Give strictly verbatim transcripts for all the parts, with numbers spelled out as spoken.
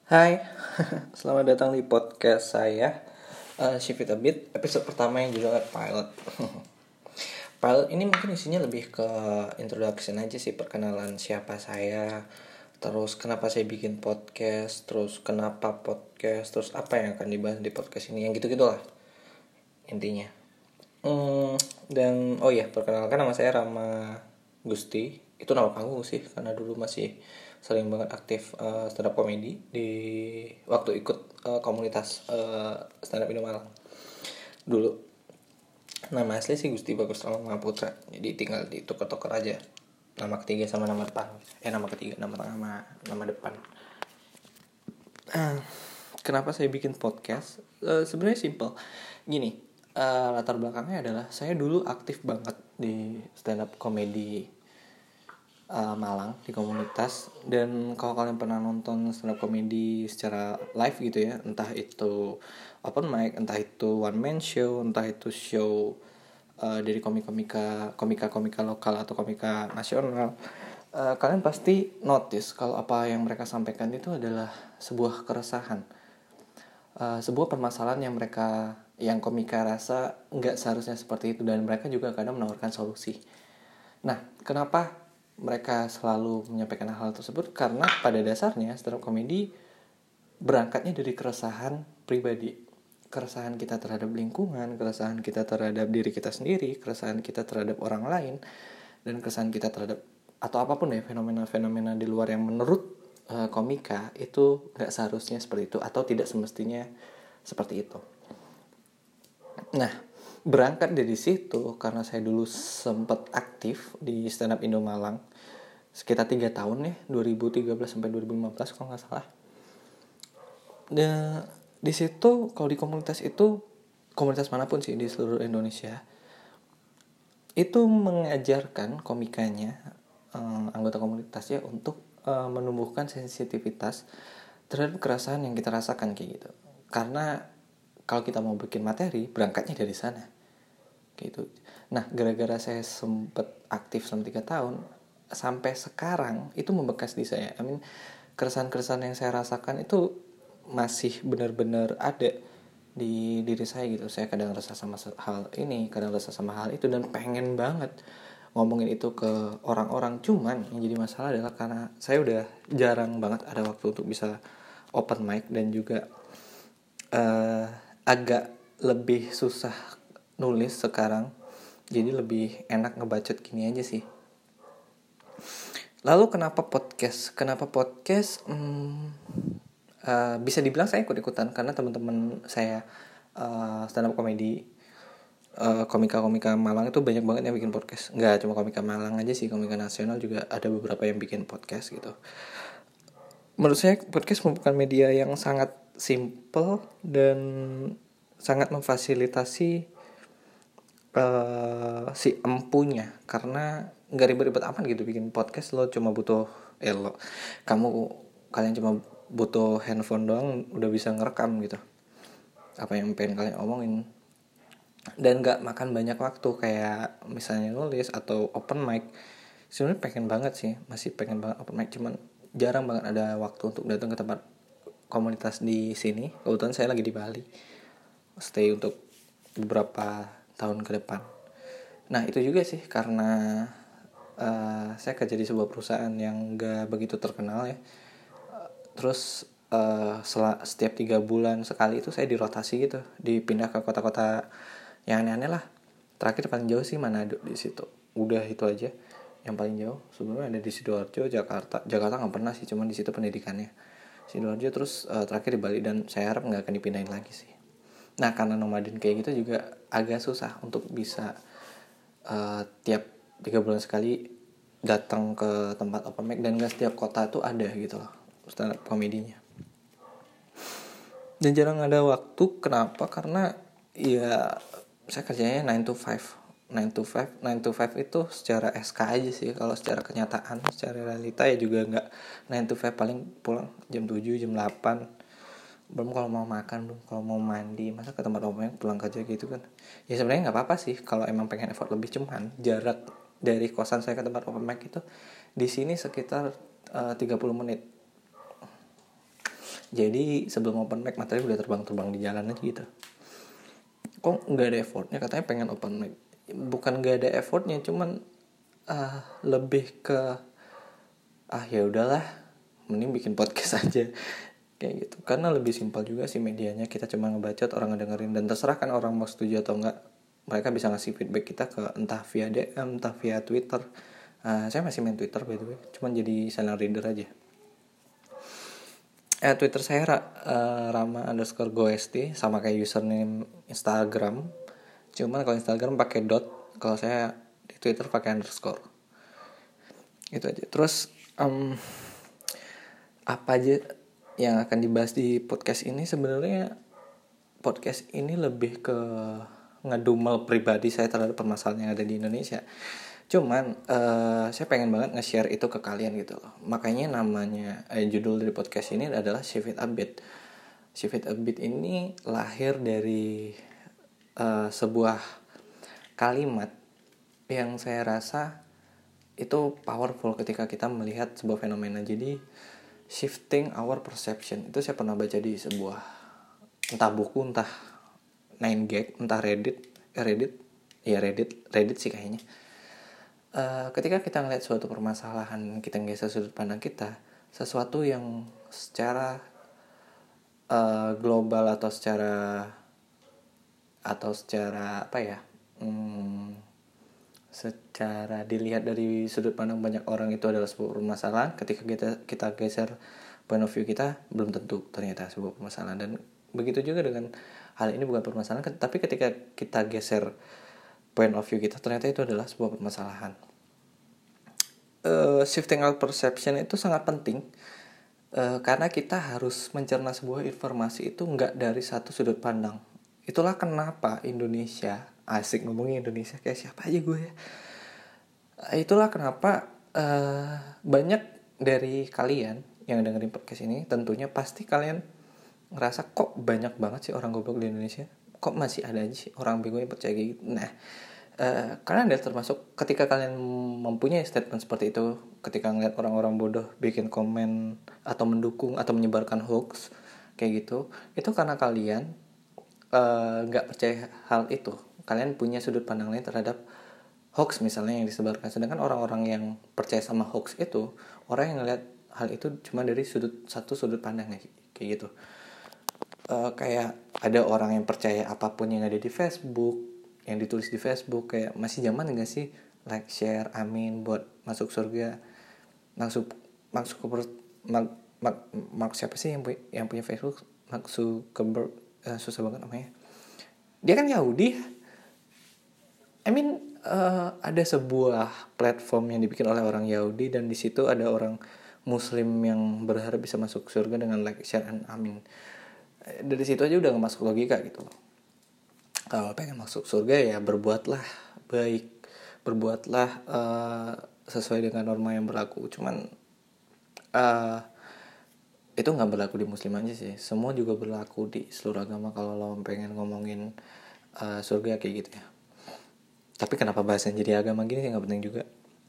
Hai, selamat datang di podcast saya, uh, Shift It A Bit, episode pertama yang judulnya Pilot. Pilot ini mungkin isinya lebih ke introduction aja sih, perkenalan siapa saya, terus kenapa saya bikin podcast, terus kenapa podcast, terus apa yang akan dibahas di podcast ini, yang gitu-gitulah intinya. Hmm, dan oh iya, perkenalkan nama saya Rama Gusti. Itu nama panggung sih, karena dulu masih sering banget aktif uh, stand up comedy di waktu ikut uh, komunitas uh, stand up Indo Malang. Dulu nama asli sih Gusti Bagus Rama Putra. Jadi tinggal ditukar-tukar aja nama ketiga sama nama depan. Eh nama ketiga, nama tengah sama nama depan. Uh, kenapa saya bikin podcast? Uh, sebenarnya simple. Gini, Uh, latar belakangnya adalah saya dulu aktif banget di stand up comedy uh, Malang di komunitas. Dan kalau kalian pernah nonton stand up comedy secara live gitu ya, entah itu open mic, entah itu one man show, entah itu show uh, dari komika-komika komika-komika lokal atau komika nasional, uh, kalian pasti notice kalau apa yang mereka sampaikan itu adalah sebuah keresahan, uh, sebuah permasalahan yang mereka yang komika rasa nggak seharusnya seperti itu, dan mereka juga kadang menawarkan solusi. Nah, kenapa mereka selalu menyampaikan hal tersebut? Karena pada dasarnya stand up comedy berangkatnya dari keresahan pribadi, keresahan kita terhadap lingkungan, keresahan kita terhadap diri kita sendiri, keresahan kita terhadap orang lain, dan keresahan kita terhadap atau apapun ya, fenomena-fenomena di luar yang menurut uh, komika itu nggak seharusnya seperti itu atau tidak semestinya seperti itu. Nah, berangkat dari situ, karena saya dulu sempat aktif di stand up Indo Malang sekitar tiga tahun ya, dua ribu tiga belas sampai dua ribu lima belas kalau nggak salah. Dan di situ, kalau di komunitas itu, komunitas manapun sih di seluruh Indonesia, itu mengajarkan komikanya, eh, anggota komunitasnya untuk eh, menumbuhkan sensitivitas terhadap keresahan yang kita rasakan kayak gitu. Karena kalau kita mau bikin materi, berangkatnya dari sana gitu. Nah, gara-gara saya sempet aktif selama tiga tahun, sampai sekarang itu membekas di saya. I mean, keresahan-keresahan yang saya rasakan itu masih benar-benar ada di diri saya gitu. Saya kadang resah sama hal ini, kadang resah sama hal itu, dan pengen banget ngomongin itu ke orang-orang. Cuman yang jadi masalah adalah karena saya udah jarang banget ada waktu untuk bisa open mic, dan juga uh, agak lebih susah nulis sekarang. Jadi lebih enak ngebacot gini aja sih. Lalu kenapa podcast? Kenapa podcast? Hmm, uh, bisa dibilang saya ikut-ikutan karena teman-teman saya uh, stand up comedy, uh, komika-komika Malang itu banyak banget yang bikin podcast. Nggak cuma komika Malang aja sih, komika nasional juga ada beberapa yang bikin podcast gitu. Menurut saya podcast merupakan media yang sangat simple dan sangat memfasilitasi uh, si empunya, karena nggak ribet-ribet amat gitu bikin podcast. Lo cuma butuh eh lo kamu kalian cuma butuh handphone doang udah bisa ngerekam gitu apa yang pengen kalian omongin, dan nggak makan banyak waktu kayak misalnya nulis atau open mic. Sebenarnya pengen banget sih, masih pengen banget open mic, cuman jarang banget ada waktu untuk datang ke tempat komunitas di sini. Kebetulan saya lagi di Bali, stay untuk beberapa tahun ke depan. Nah, itu juga sih karena uh, saya kerja di sebuah perusahaan yang gak begitu terkenal ya. Terus uh, sel- setiap tiga bulan sekali itu saya dirotasi gitu, dipindah ke kota-kota yang aneh-aneh lah. Terakhir paling jauh sih Manado di situ. Udah itu aja yang paling jauh. Sebelumnya ada di Sidoarjo, Jakarta. Jakarta nggak pernah sih, cuman di situ pendidikannya. Sidoarjo, terus uh, terakhir di Bali, dan saya harap nggak akan dipindahin lagi sih. Nah, karena nomaden kayak gitu juga agak susah untuk bisa uh, tiap tiga bulan sekali datang ke tempat open mic, dan nggak setiap kota tuh ada gitu loh stand up komedinya. Dan jarang ada waktu. Kenapa? Karena ya saya kerjanya nine to five nine to five nine to five itu secara S K aja sih. Kalau secara kenyataan, secara realita ya juga nggak nine to five, paling pulang jam tujuh, jam delapan. Belum kalau mau makan, belum kalau mau mandi. Masa ke tempat open mic pulang kerja gitu kan. Ya sebenarnya nggak apa-apa sih kalau emang pengen effort lebih. Cuman jarak dari kosan saya ke tempat open mic itu di sini sekitar uh, tiga puluh menit. Jadi sebelum open mic materi udah terbang-terbang di jalan aja gitu. Kok nggak ada effortnya, katanya pengen open mic. Bukan nggak ada effortnya, cuman uh, lebih ke ah ya udahlah, mending bikin podcast aja kayak gitu. Karena lebih simpel juga sih medianya, kita cuma ngebacot, orang ngedengerin, dan terserah kan orang mau setuju atau enggak. Mereka bisa ngasih feedback kita ke entah via D M, entah via Twitter. Uh, saya masih main Twitter by the way, cuman jadi silent reader aja. Eh, Twitter saya uh, Rama underscore gost, sama kayak username Instagram. Cuman kalau Instagram pakai dot, kalau saya di Twitter pakai underscore. Itu aja. Terus um, apa aja yang akan dibahas di podcast ini? Sebenarnya podcast ini lebih ke ngedumel pribadi saya terhadap permasalahan yang ada di Indonesia. Cuman uh, saya pengen banget nge-share itu ke kalian gitu loh. Makanya namanya eh, judul dari podcast ini adalah Shift It A Bit. Shift It A Bit ini lahir dari uh, sebuah kalimat yang saya rasa itu powerful ketika kita melihat sebuah fenomena. Jadi shifting our perception itu saya pernah baca di sebuah entah buku, entah nine gag, entah Reddit, eh, Reddit, ya Reddit, Reddit sih kayaknya. Uh, ketika kita ngeliat suatu permasalahan, kita geser sudut pandang kita, sesuatu yang secara uh, global atau secara atau secara apa ya, hmm, secara dilihat dari sudut pandang banyak orang itu adalah sebuah permasalahan. Ketika kita kita geser point of view kita, belum tentu ternyata sebuah permasalahan. Dan begitu juga dengan hal ini bukan permasalahan, tapi ketika kita geser point of view kita, ternyata itu adalah sebuah permasalahan. Uh, shifting our perception itu sangat penting, uh, karena kita harus mencerna sebuah informasi itu nggak dari satu sudut pandang. Itulah kenapa Indonesia, asik ngomongin Indonesia kayak siapa aja gue ya. Uh, itulah kenapa uh, banyak dari kalian yang dengerin podcast ini, tentunya pasti kalian ngerasa kok banyak banget sih orang goblok di Indonesia. Kok masih ada aja sih orang bego yang percaya gitu. Nah, Uh, kalian ada termasuk ketika kalian mempunyai statement seperti itu, ketika ngeliat orang-orang bodoh bikin komen atau mendukung atau menyebarkan hoax kayak gitu, itu karena kalian nggak uh, percaya hal itu. Kalian punya sudut pandang lain terhadap hoax misalnya yang disebarkan. Sedangkan orang-orang yang percaya sama hoax itu orang yang ngeliat hal itu cuma dari sudut satu sudut pandang kayak gitu. Uh, kayak ada orang yang percaya apapun yang ada di Facebook, yang ditulis di Facebook, kayak masih zaman enggak sih like, share, amin buat masuk surga. Masuk masuk ke mak, mak, mak siapa sih yang punya, yang punya Facebook? Mark Zuckerberg, uh, susah banget namanya. Dia kan Yahudi. I mean uh, ada sebuah platform yang dibikin oleh orang Yahudi, dan di situ ada orang Muslim yang berharap bisa masuk surga dengan like, share, and amin. Dari situ aja udah nggak masuk logika gitu loh. Kalau pengen masuk surga ya berbuatlah baik, berbuatlah uh, sesuai dengan norma yang berlaku. Cuman uh, itu nggak berlaku di Muslim aja sih, semua juga berlaku di seluruh agama. Kalau lo pengen ngomongin uh, surga kayak gitu ya. Tapi kenapa bahasan jadi agama gini sih, nggak penting juga.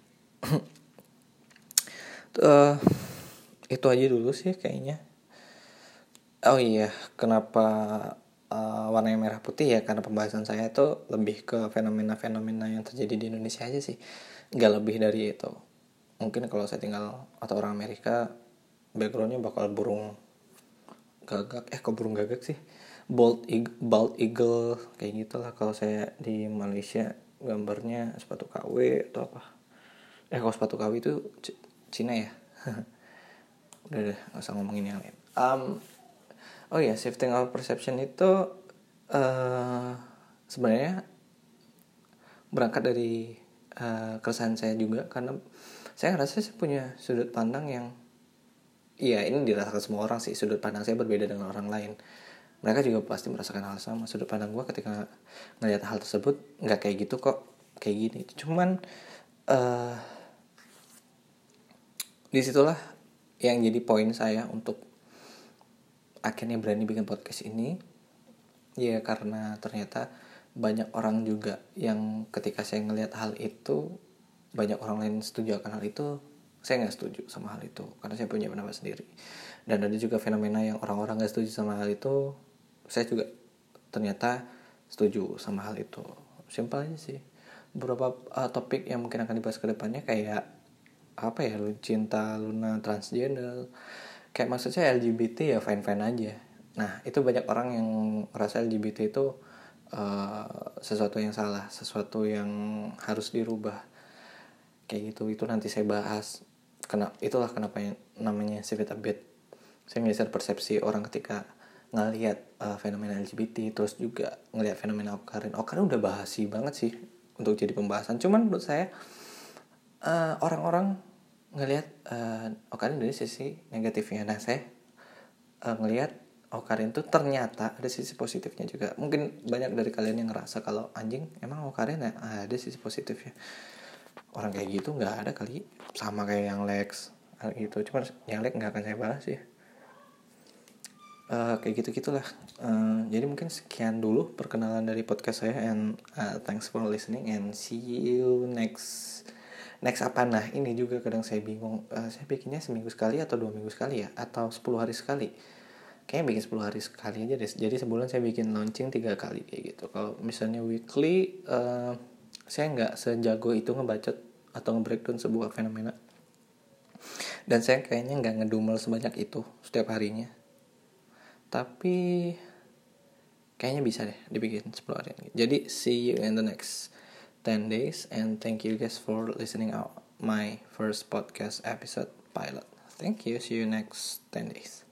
uh, itu aja dulu sih kayaknya. Oh iya, kenapa Uh, warnanya merah putih ya, karena pembahasan saya itu lebih ke fenomena-fenomena yang terjadi di Indonesia aja sih, nggak lebih dari itu. Mungkin kalau saya tinggal atau orang Amerika, backgroundnya bakal burung gagak, eh kok burung gagak sih, bald eagle, bald eagle kayak gitulah. Kalau saya di Malaysia gambarnya sepatu K W atau apa, eh kalau sepatu K W itu C- Cina ya. Udah deh, nggak usah ngomongin yang lain. Um, Oh ya, shifting our perception itu uh, sebenarnya berangkat dari uh, keresahan saya juga, karena saya ngerasa saya punya sudut pandang yang, iya ini dirasakan semua orang sih, sudut pandang saya berbeda dengan orang lain. Mereka juga pasti merasakan hal sama. Sudut pandang gue ketika ngelihat hal tersebut nggak kayak gitu kok, kayak gini. Cuman uh, disitulah yang jadi poin saya untuk akhirnya berani bikin podcast ini. Ya karena ternyata banyak orang juga yang ketika saya ngelihat hal itu, banyak orang lain setuju akan hal itu, saya gak setuju sama hal itu, karena saya punya pendapat sendiri. Dan ada juga fenomena yang orang-orang gak setuju sama hal itu, saya juga ternyata setuju sama hal itu. Simpel aja sih. Beberapa uh, topik yang mungkin akan dibahas ke depannya kayak apa ya, lu cinta, Luna, transgender. Kayak maksud saya L G B T ya fine-fine aja. Nah, itu banyak orang yang ngerasa L G B T itu uh, sesuatu yang salah, sesuatu yang harus dirubah. Kayak gitu, itu nanti saya bahas. Kenapa, itulah kenapa yang namanya Civic Update. Saya ngeser persepsi orang ketika ngelihat uh, fenomena L G B T, terus juga ngelihat fenomena Awkarin. Awkarin udah bahasi banget sih untuk jadi pembahasan. Cuman menurut saya uh, orang-orang ngelihat uh, Awkarin dari sisi negatifnya. Nah, saya uh, ngelihat Awkarin tuh ternyata ada sisi positifnya juga. Mungkin banyak dari kalian yang ngerasa kalau anjing emang Awkarin ya ada sisi positifnya. Orang kayak gitu nggak ada kali, sama kayak yang Lex gitu. Cuman yang Lex nggak akan saya bahas ya. Uh, kayak gitu gitulah. Uh, jadi mungkin sekian dulu perkenalan dari podcast saya, and uh, thanks for listening and see you next next apa. Nah ini juga kadang saya bingung, uh, saya bikinnya seminggu sekali atau dua minggu sekali ya, atau sepuluh hari sekali. Kayaknya bikin sepuluh hari sekali aja deh. Jadi sebulan saya bikin launching tiga kali kayak gitu. Kalau misalnya weekly, uh, saya nggak sejago itu ngebacot atau nge-breakdown sebuah fenomena. Dan saya kayaknya nggak ngedumel sebanyak itu setiap harinya. Tapi kayaknya bisa deh dibikin sepuluh hari. Jadi see you in the next ten days, and thank you guys for listening out my first podcast episode pilot. Thank you, see you next ten days.